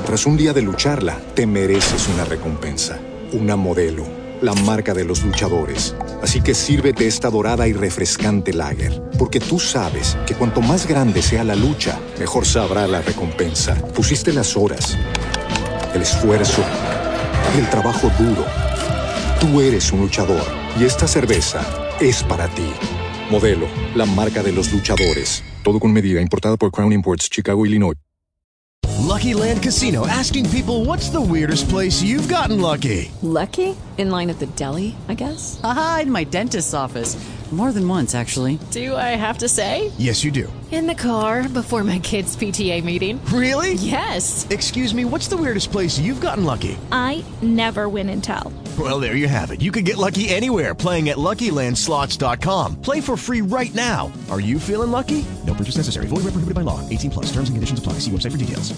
Tras un día de lucharla, te mereces una recompensa, una Modelo, la marca de los luchadores. Así que sírvete esta dorada y refrescante lager, porque tú sabes que cuanto más grande sea la lucha, mejor sabrá la recompensa. Pusiste las horas, el esfuerzo, el trabajo duro. Tú eres un luchador y esta cerveza es para ti. Modelo, la marca de los luchadores. Todo con medida, importada por Crown Imports, Chicago, Illinois. Lucky Land Casino, asking people, what's the weirdest place you've gotten lucky? Lucky? In line at the deli, I guess? Aha, in my dentist's office. More than once, actually. Do I have to say? Yes, you do. In the car before my kids' PTA meeting. Really? Yes. Excuse me, what's the weirdest place you've gotten lucky? I never win and tell. Well, there you have it. You can get lucky anywhere, playing at LuckyLandSlots.com. Play for free right now. Are you feeling lucky? No purchase necessary. Void where prohibited by law. 18 plus. Terms and conditions apply. See website for details.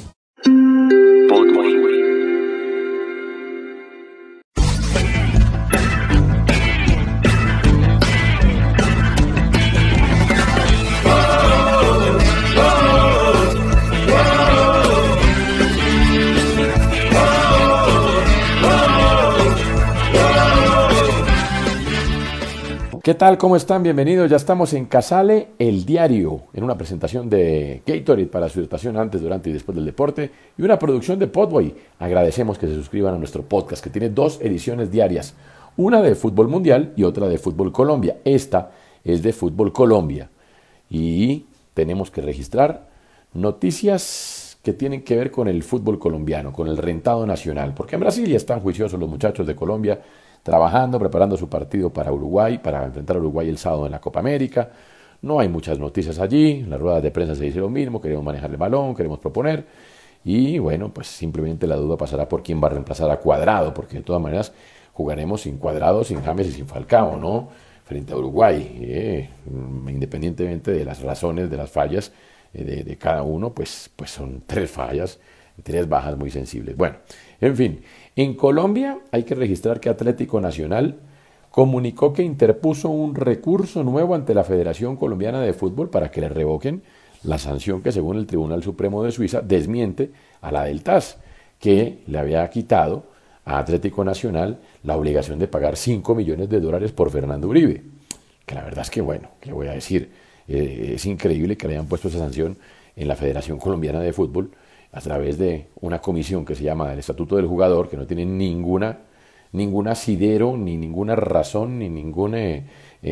¿Qué tal? ¿Cómo están? Bienvenidos. Ya estamos en Casale, el diario, en una presentación de Gatorade para su estación antes, durante y después del deporte y una producción de Podboy. Agradecemos que se suscriban a nuestro podcast, que tiene 2 ediciones diarias, una de Fútbol Mundial y otra de Fútbol Colombia. Esta es de Fútbol Colombia y tenemos que registrar noticias que tienen que ver con el fútbol colombiano, con el rentado nacional, porque en Brasil ya están juiciosos los muchachos de Colombia, trabajando, preparando su partido para Uruguay, para enfrentar a Uruguay el sábado en la Copa América. No hay muchas noticias allí, en las ruedas de prensa se dice lo mismo, queremos manejar el balón, queremos proponer, y bueno, pues simplemente la duda pasará por quién va a reemplazar a Cuadrado, porque de todas maneras jugaremos sin Cuadrado, sin James y sin Falcao, ¿no? Frente a Uruguay, independientemente de las razones, de las fallas de cada uno, pues son 3 fallas, 3 bajas muy sensibles. Bueno, en fin, en Colombia hay que registrar que Atlético Nacional comunicó que interpuso un recurso nuevo ante la Federación Colombiana de Fútbol para que le revoquen la sanción que, según el Tribunal Supremo de Suiza, desmiente a la del TAS, que le había quitado a Atlético Nacional la obligación de pagar $5 millones por Fernando Uribe. Que la verdad es que, bueno, ¿qué le voy a decir? Es increíble que le hayan puesto esa sanción en la Federación Colombiana de Fútbol a través de una comisión que se llama el Estatuto del Jugador, que no tiene ningún asidero, ni ninguna razón, ni ninguna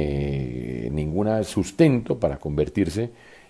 sustento para convertirse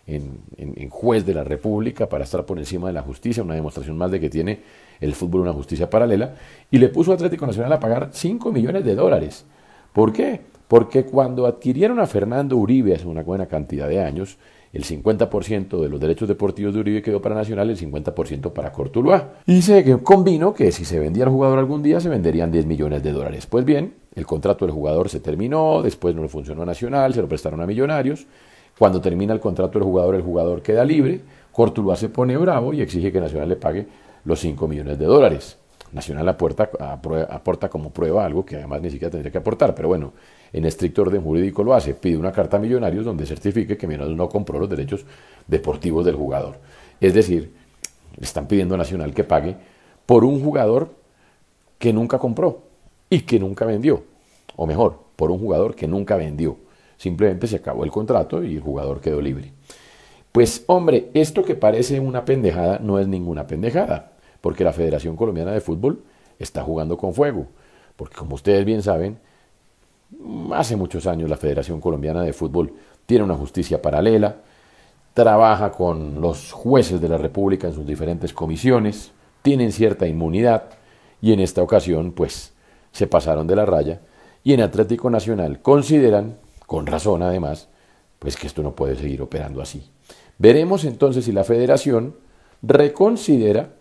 en juez de la República, para estar por encima de la justicia, una demostración más de que tiene el fútbol una justicia paralela, y le puso a Atlético Nacional a pagar $5 millones. ¿Por qué? Porque cuando adquirieron a Fernando Uribe hace una buena cantidad de años, el 50% de los derechos deportivos de Uribe quedó para Nacional, el 50% para Cortuluá. Y se convino que si se vendía el jugador algún día, se venderían $10 millones. Pues bien, el contrato del jugador se terminó, después no le funcionó a Nacional, se lo prestaron a Millonarios. Cuando termina el contrato del jugador, el jugador queda libre, Cortuluá se pone bravo y exige que Nacional le pague los $5 millones. Nacional aporta como prueba algo que además ni siquiera tendría que aportar, pero bueno, en estricto orden jurídico lo hace, pide una carta a Millonarios donde certifique que Millonarios no compró los derechos deportivos del jugador. Es decir, le están pidiendo a Nacional que pague por un jugador que nunca compró y que nunca vendió, o mejor, por un jugador que nunca vendió. Simplemente se acabó el contrato y el jugador quedó libre. Pues hombre, esto que parece una pendejada no es ninguna pendejada, porque la Federación Colombiana de Fútbol está jugando con fuego, porque como ustedes bien saben, hace muchos años la Federación Colombiana de Fútbol tiene una justicia paralela, trabaja con los jueces de la República en sus diferentes comisiones, tienen cierta inmunidad y en esta ocasión pues se pasaron de la raya y en Atlético Nacional consideran, con razón además, pues que esto no puede seguir operando así. Veremos entonces si la Federación reconsidera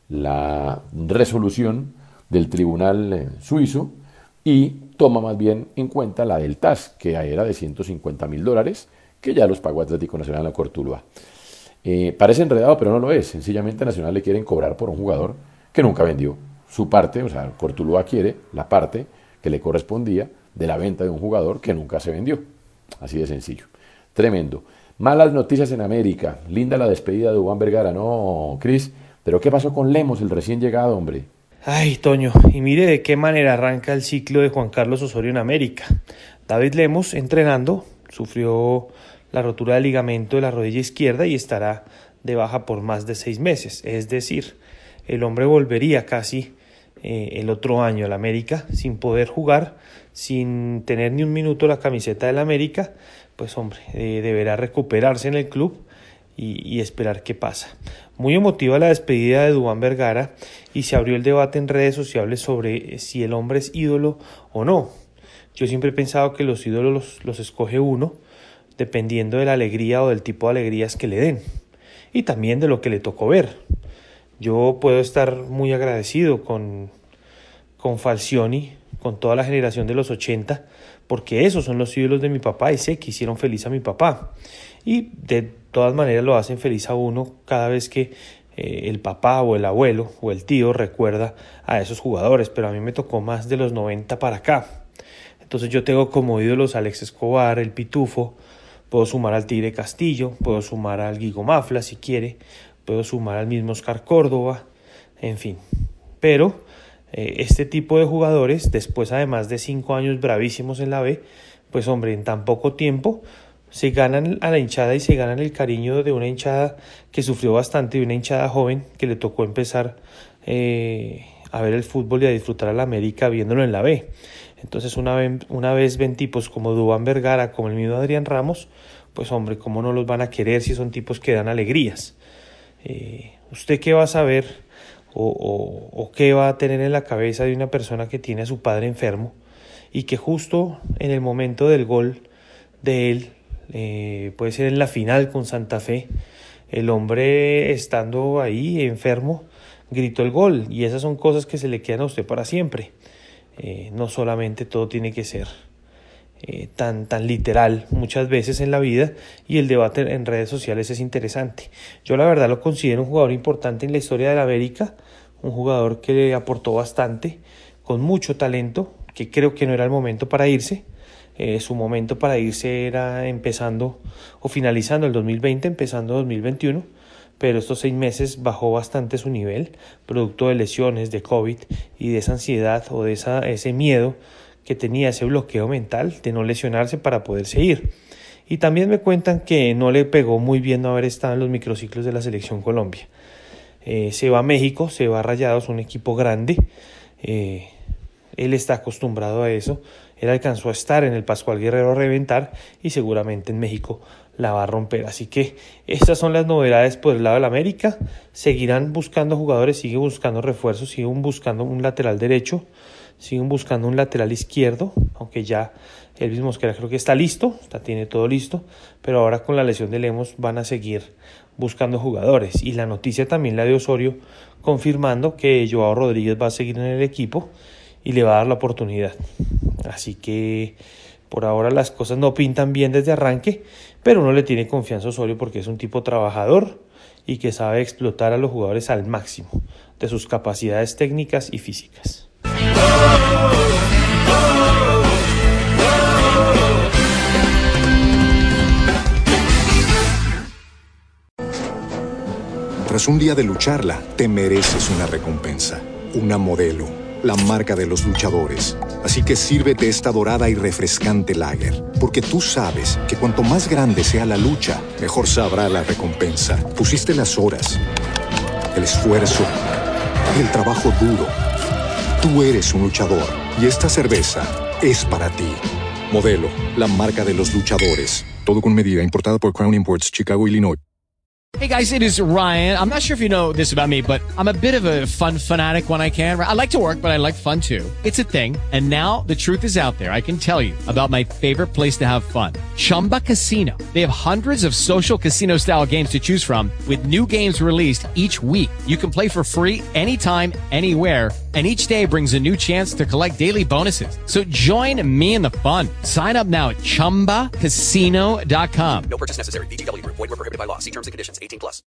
la resolución del Tribunal Suizo y toma más bien en cuenta la del TAS, que era de $150.000, que ya los pagó Atlético Nacional a Cortuluá. Parece enredado, pero no lo es. Sencillamente Nacional le quieren cobrar por un jugador que nunca vendió su parte, o sea, Cortuluá quiere la parte que le correspondía de la venta de un jugador que nunca se vendió. Así de sencillo. Tremendo. Malas noticias en América. Linda la despedida de Duván Vergara, ¿no, Cris? Pero ¿qué pasó con Lemos, el recién llegado, hombre? Ay, Toño, y mire de qué manera arranca el ciclo de Juan Carlos Osorio en América. David Lemos, entrenando, sufrió la rotura del ligamento de la rodilla izquierda y estará de baja por más de 6 meses. Es decir, el hombre volvería casi el otro año al América sin poder jugar, sin tener ni un minuto la camiseta del América. Pues hombre, deberá recuperarse en el club y esperar qué pasa. Muy emotiva la despedida de Duván Vergara y se abrió el debate en redes sociales sobre si el hombre es ídolo o no. Yo siempre he pensado que los ídolos los escoge uno dependiendo de la alegría o del tipo de alegrías que le den y también de lo que le tocó ver. Yo puedo estar muy agradecido con Falcioni, con toda la generación de los 80, porque esos son los ídolos de mi papá y sé que hicieron feliz a mi papá. Y de todas maneras lo hacen feliz a uno cada vez que el papá o el abuelo o el tío recuerda a esos jugadores, pero a mí me tocó más de los 90 para acá. Entonces yo tengo como ídolos a Alex Escobar, el Pitufo, puedo sumar al Tigre Castillo, puedo sumar al Guigo Mafla si quiere, puedo sumar al mismo Oscar Córdoba, en fin. Pero este tipo de jugadores, después además de 5 años bravísimos en la B, pues hombre, en tan poco tiempo se ganan a la hinchada y se ganan el cariño de una hinchada que sufrió bastante, de una hinchada joven que le tocó empezar a ver el fútbol y a disfrutar a la América viéndolo en la B. Entonces una vez ven tipos como Duván Vergara, como el mismo Adrián Ramos, pues hombre, ¿cómo no los van a querer si son tipos que dan alegrías? ¿Usted qué va a saber o qué va a tener en la cabeza de una persona que tiene a su padre enfermo y que justo en el momento del gol de él, puede ser en la final con Santa Fe, el hombre estando ahí enfermo gritó el gol? Y esas son cosas que se le quedan a usted para siempre. No solamente todo tiene que ser tan literal muchas veces en la vida, y el debate en redes sociales es interesante. Yo la verdad lo considero un jugador importante en la historia de la América, un jugador que le aportó bastante, con mucho talento, que creo que no era el momento para irse. Su momento para irse era empezando o finalizando el 2020, empezando 2021, pero estos 6 meses bajó bastante su nivel, producto de lesiones, de COVID y de esa ansiedad o de ese miedo que tenía, ese bloqueo mental de no lesionarse para poderse ir. Y también me cuentan que no le pegó muy bien no haber estado en los microciclos de la Selección Colombia. Se va a México, se va a Rayados, un equipo grande. Él está acostumbrado a eso. Él alcanzó a estar en el Pascual Guerrero a reventar y seguramente en México la va a romper. Así que estas son las novedades por el lado de la América. Seguirán buscando jugadores, siguen buscando refuerzos, siguen buscando un lateral derecho, siguen buscando un lateral izquierdo, aunque ya Elvis Mosquera creo que está listo, tiene todo listo, pero ahora con la lesión de Lemos van a seguir buscando jugadores. Y la noticia también la de Osorio, confirmando que Joao Rodríguez va a seguir en el equipo y le va a dar la oportunidad. Así que por ahora las cosas no pintan bien desde arranque, pero uno le tiene confianza a Osorio porque es un tipo trabajador y que sabe explotar a los jugadores al máximo de sus capacidades técnicas y físicas. Tras un día de lucharla, te mereces una recompensa, una Modelo, la marca de los luchadores. Así que sírvete esta dorada y refrescante lager, porque tú sabes que cuanto más grande sea la lucha, mejor sabrá la recompensa. Pusiste las horas, el esfuerzo, el trabajo duro. Tú eres un luchador y esta cerveza es para ti. Modelo, la marca de los luchadores. Todo con medida, importada por Crown Imports, Chicago, Illinois. Hey guys, it is Ryan. I'm not sure if you know this about me, but I'm a bit of a fun fanatic when I can. I like to work, but I like fun too. It's a thing. And now the truth is out there. I can tell you about my favorite place to have fun. Chumba Casino. They have hundreds of social casino style games to choose from with new games released each week. You can play for free anytime, anywhere. And each day brings a new chance to collect daily bonuses. So join me in the fun. Sign up now at ChumbaCasino.com. No purchase necessary. VGW Group. Void where prohibited by law. See terms and conditions. 18+.